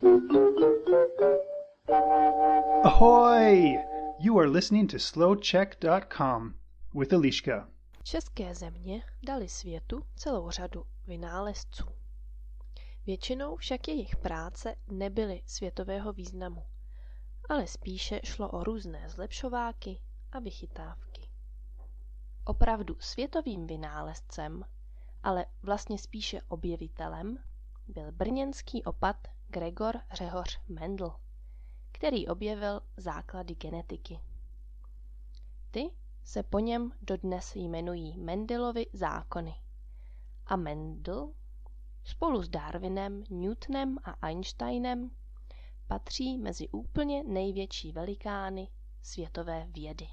Ahoy! You are listening to slowcheck.com with Eliška. České země dali světu celou řadu vynálezců. Většinou však jejich práce nebyly světového významu, ale spíše šlo o různé zlepšováky a vychytávky. Opravdu světovým vynálezcem, ale vlastně spíše objevitelem, byl brněnský opat Gregor Řehoř Mendel, který objevil základy genetiky. Ty se po něm dodnes jmenují Mendelovy zákony. A Mendel spolu s Darwinem, Newtonem a Einsteinem patří mezi úplně největší velikány světové vědy.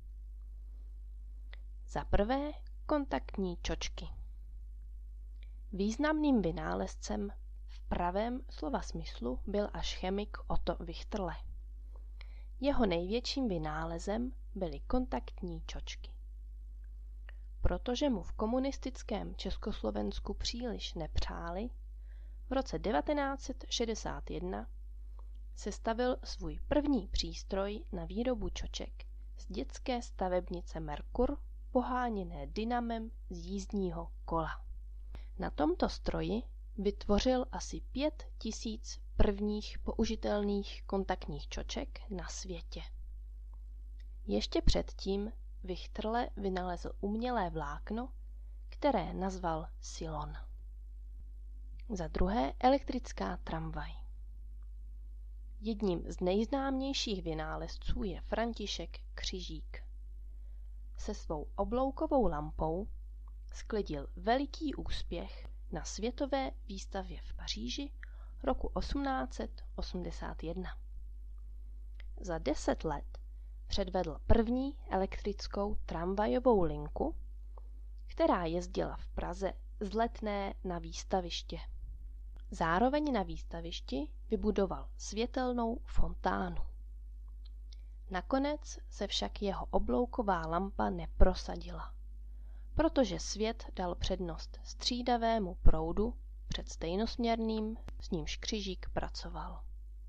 Za prvé kontaktní čočky. Významným vynálezcem v pravém slova smyslu byl až chemik Otto Wichterle. Jeho největším vynálezem byly kontaktní čočky. Protože mu v komunistickém Československu příliš nepřáli, v roce 1961 sestavil svůj první přístroj na výrobu čoček z dětské stavebnice Merkur, poháněné dynamem z jízdního kola. Na tomto stroji vytvořil asi 5000 prvních použitelných kontaktních čoček na světě. Ještě předtím Wichterle vynalezl umělé vlákno, které nazval silon. Za druhé elektrická tramvaj. Jedním z nejznámějších vynálezců je František Křižík. Se svou obloukovou lampou sklidil veliký úspěch na světové výstavě v Paříži roku 1881. Za 10 let předvedl první elektrickou tramvajovou linku, která jezdila v Praze z Letné na výstaviště. Zároveň na výstavišti vybudoval světelnou fontánu. Nakonec se však jeho oblouková lampa neprosadila, protože svět dal přednost střídavému proudu před stejnosměrným, s nímž Křižík pracoval.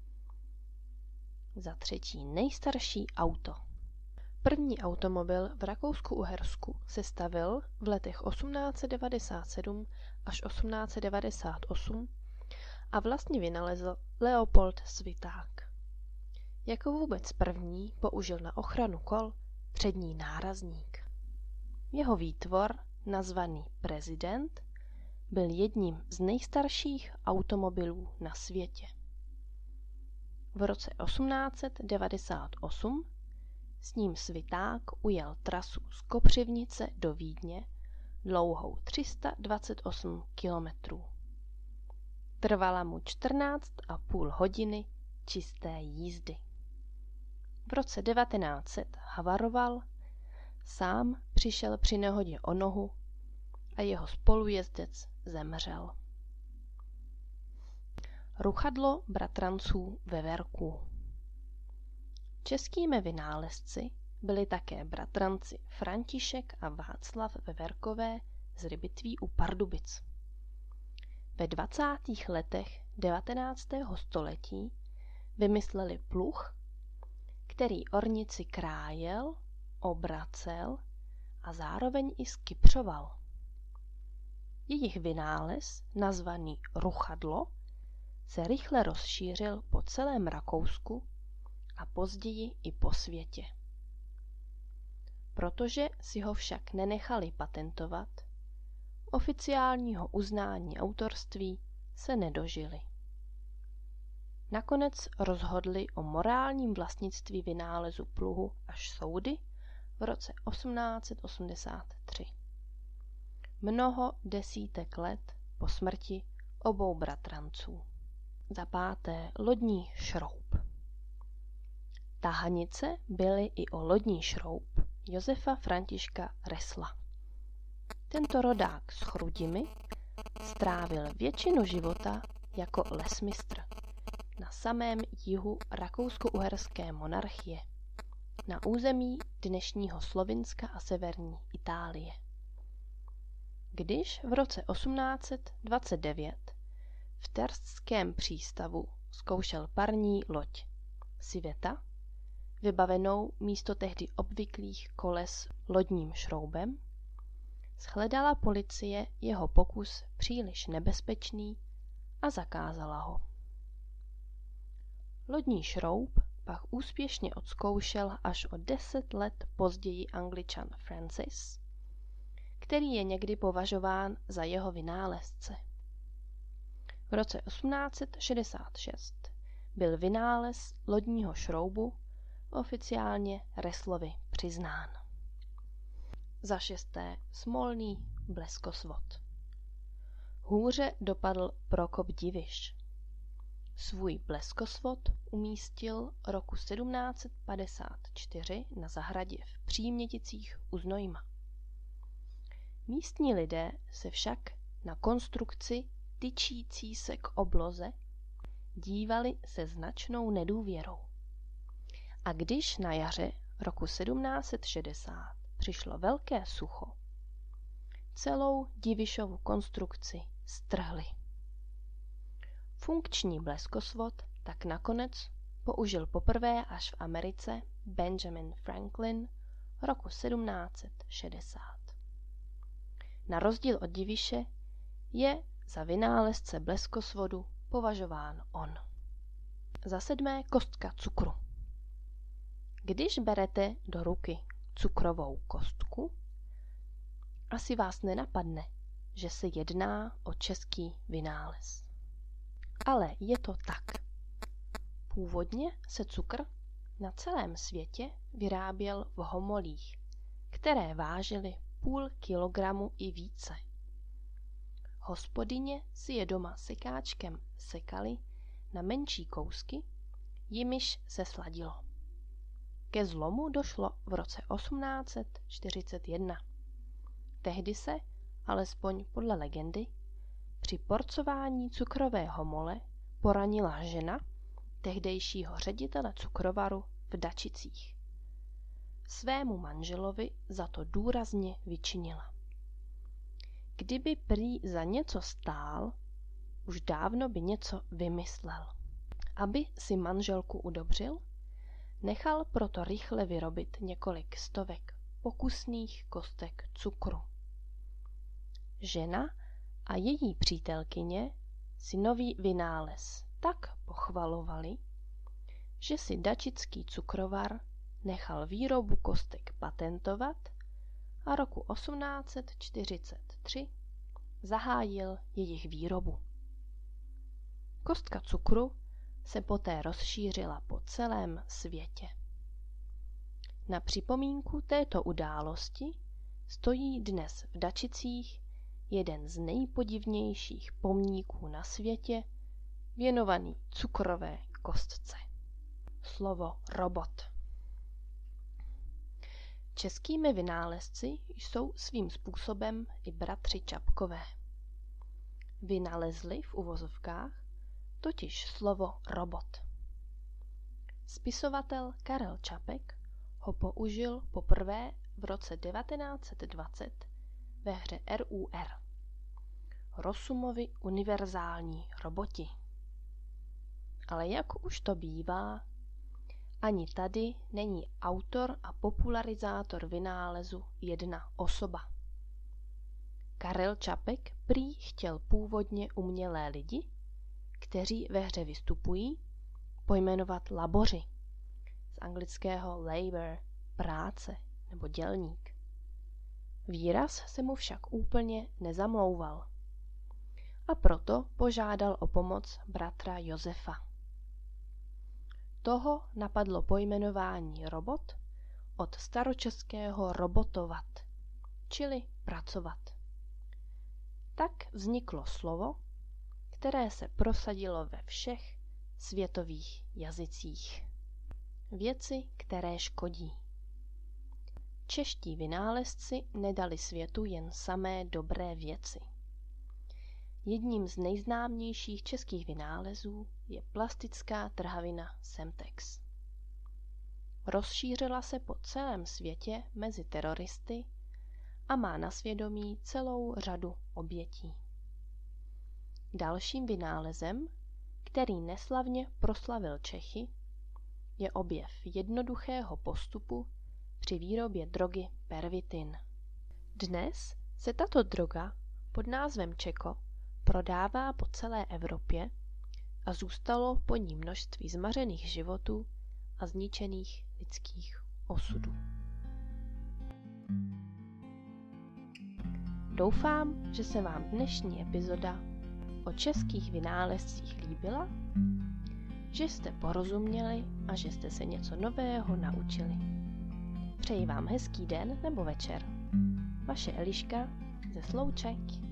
Za třetí nejstarší auto. První automobil v Rakousku-Uhersku se stavil v letech 1897 až 1898 a vlastně vynalezl Leopold Sviták. Jako vůbec první použil na ochranu kol přední nárazník. Jeho výtvor, nazvaný Prezident, byl jedním z nejstarších automobilů na světě. V roce 1898 s ním Sviták ujel trasu z Kopřivnice do Vídně dlouhou 328 kilometrů. Trvala mu 14,5 hodiny čisté jízdy. V roce 1900 havaroval, sám přišel při nehodě o nohu a jeho spolujezdec zemřel. Ruchadlo bratranců Veverků. Českými vynálezci byli také bratranci František a Václav Veverkové z Rybitví u Pardubic. Ve 20. letech 19. století vymysleli pluh, který ornici krájel, obracel a zároveň i skypřoval. Jejich vynález, nazvaný ruchadlo, se rychle rozšířil po celém Rakousku a později i po světě. Protože si ho však nenechali patentovat, oficiálního uznání autorství se nedožili. Nakonec rozhodli o morálním vlastnictví vynálezu pluhu až soudy v roce 1883. Mnoho desítek let po smrti obou bratranců. Za páté lodní šroub. Tahanice byly i o lodní šroub Josefa Františka Ressla. Tento rodák z Chrudimi strávil většinu života jako lesmistr na samém jihu rakousko-uherské monarchie, na území dnešního Slovinska a severní Itálie. Když v roce 1829 v terstském přístavu zkoušel parní loď Civetta, vybavenou místo tehdy obvyklých koles lodním šroubem, shledala policie jeho pokus příliš nebezpečný a zakázala ho. Lodní šroub pak úspěšně odzkoušel až o 10 let později Angličan Francis, který je někdy považován za jeho vynálezce. V roce 1866 byl vynález lodního šroubu oficiálně Reslovi přiznán. Za 6. smolný bleskosvod. Hůře dopadl Prokop Diviš. Svůj bleskosvod umístil roku 1754 na zahradě v Příměticích u Znojma. Místní lidé se však na konstrukci tyčící se k obloze dívali se značnou nedůvěrou. A když na jaře roku 1760 přišlo velké sucho, celou Divišovu konstrukci strhli. Funkční bleskosvod tak nakonec použil poprvé až v Americe Benjamin Franklin roku 1760. Na rozdíl od Diviše je za vynálezce bleskosvodu považován on. Za 7. kostka cukru. Když berete do ruky cukrovou kostku, asi vás nenapadne, že se jedná o český vynález. Ale je to tak. Původně se cukr na celém světě vyráběl v homolích, které vážily 0,5 kilogramu i více. Hospodyně si je doma sekáčkem sekaly na menší kousky, jimiž se sladilo. Ke zlomu došlo v roce 1841. Tehdy se, alespoň podle legendy, při porcování cukrové homole poranila žena tehdejšího ředitele cukrovaru v Dačicích. Svému manželovi za to důrazně vyčinila. Kdyby prý za něco stál, už dávno by něco vymyslel. Aby si manželku udobřil, nechal proto rychle vyrobit několik stovek pokusných kostek cukru. Žena a její přítelkyně si nový vynález tak pochvalovali, že si dačický cukrovar nechal výrobu kostek patentovat a roku 1843 zahájil jejich výrobu. Kostka cukru se poté rozšířila po celém světě. Na připomínku této události stojí dnes v Dačicích jeden z nejpodivnějších pomníků na světě, věnovaný cukrové kostce. Slovo robot. Českými vynálezci jsou svým způsobem i bratři Čapkové. Vynalezli v uvozovkách totiž slovo robot. Spisovatel Karel Čapek ho použil poprvé v roce 1920 ve hře RUR. Rossumovi univerzální roboti. Ale jak už to bývá, ani tady není autor a popularizátor vynálezu jedna osoba. Karel Čapek prý chtěl původně umělé lidi, kteří ve hře vystupují, pojmenovat laboři, z anglického labor, práce nebo dělník. Výraz se mu však úplně nezamlouval a proto požádal o pomoc bratra Josefa. Toho napadlo pojmenování robot od staročeského robotovat, čili pracovat. Tak vzniklo slovo, které se prosadilo ve všech světových jazycích. Věci, které škodí. Čeští vynálezci nedali světu jen samé dobré věci. Jedním z nejznámějších českých vynálezů je plastická trhavina Semtex. Rozšířila se po celém světě mezi teroristy a má na svědomí celou řadu obětí. Dalším vynálezem, který neslavně proslavil Čechy, je objev jednoduchého postupu při výrobě drogy pervitin. Dnes se tato droga pod názvem Čeko prodává po celé Evropě a zůstalo po ní množství zmařených životů a zničených lidských osudů. Doufám, že se vám dnešní epizoda o českých vynálezcích líbila, že jste porozuměli a že jste se něco nového naučili. Přeji vám hezký den nebo večer. Vaše Eliška ze Slow Czech.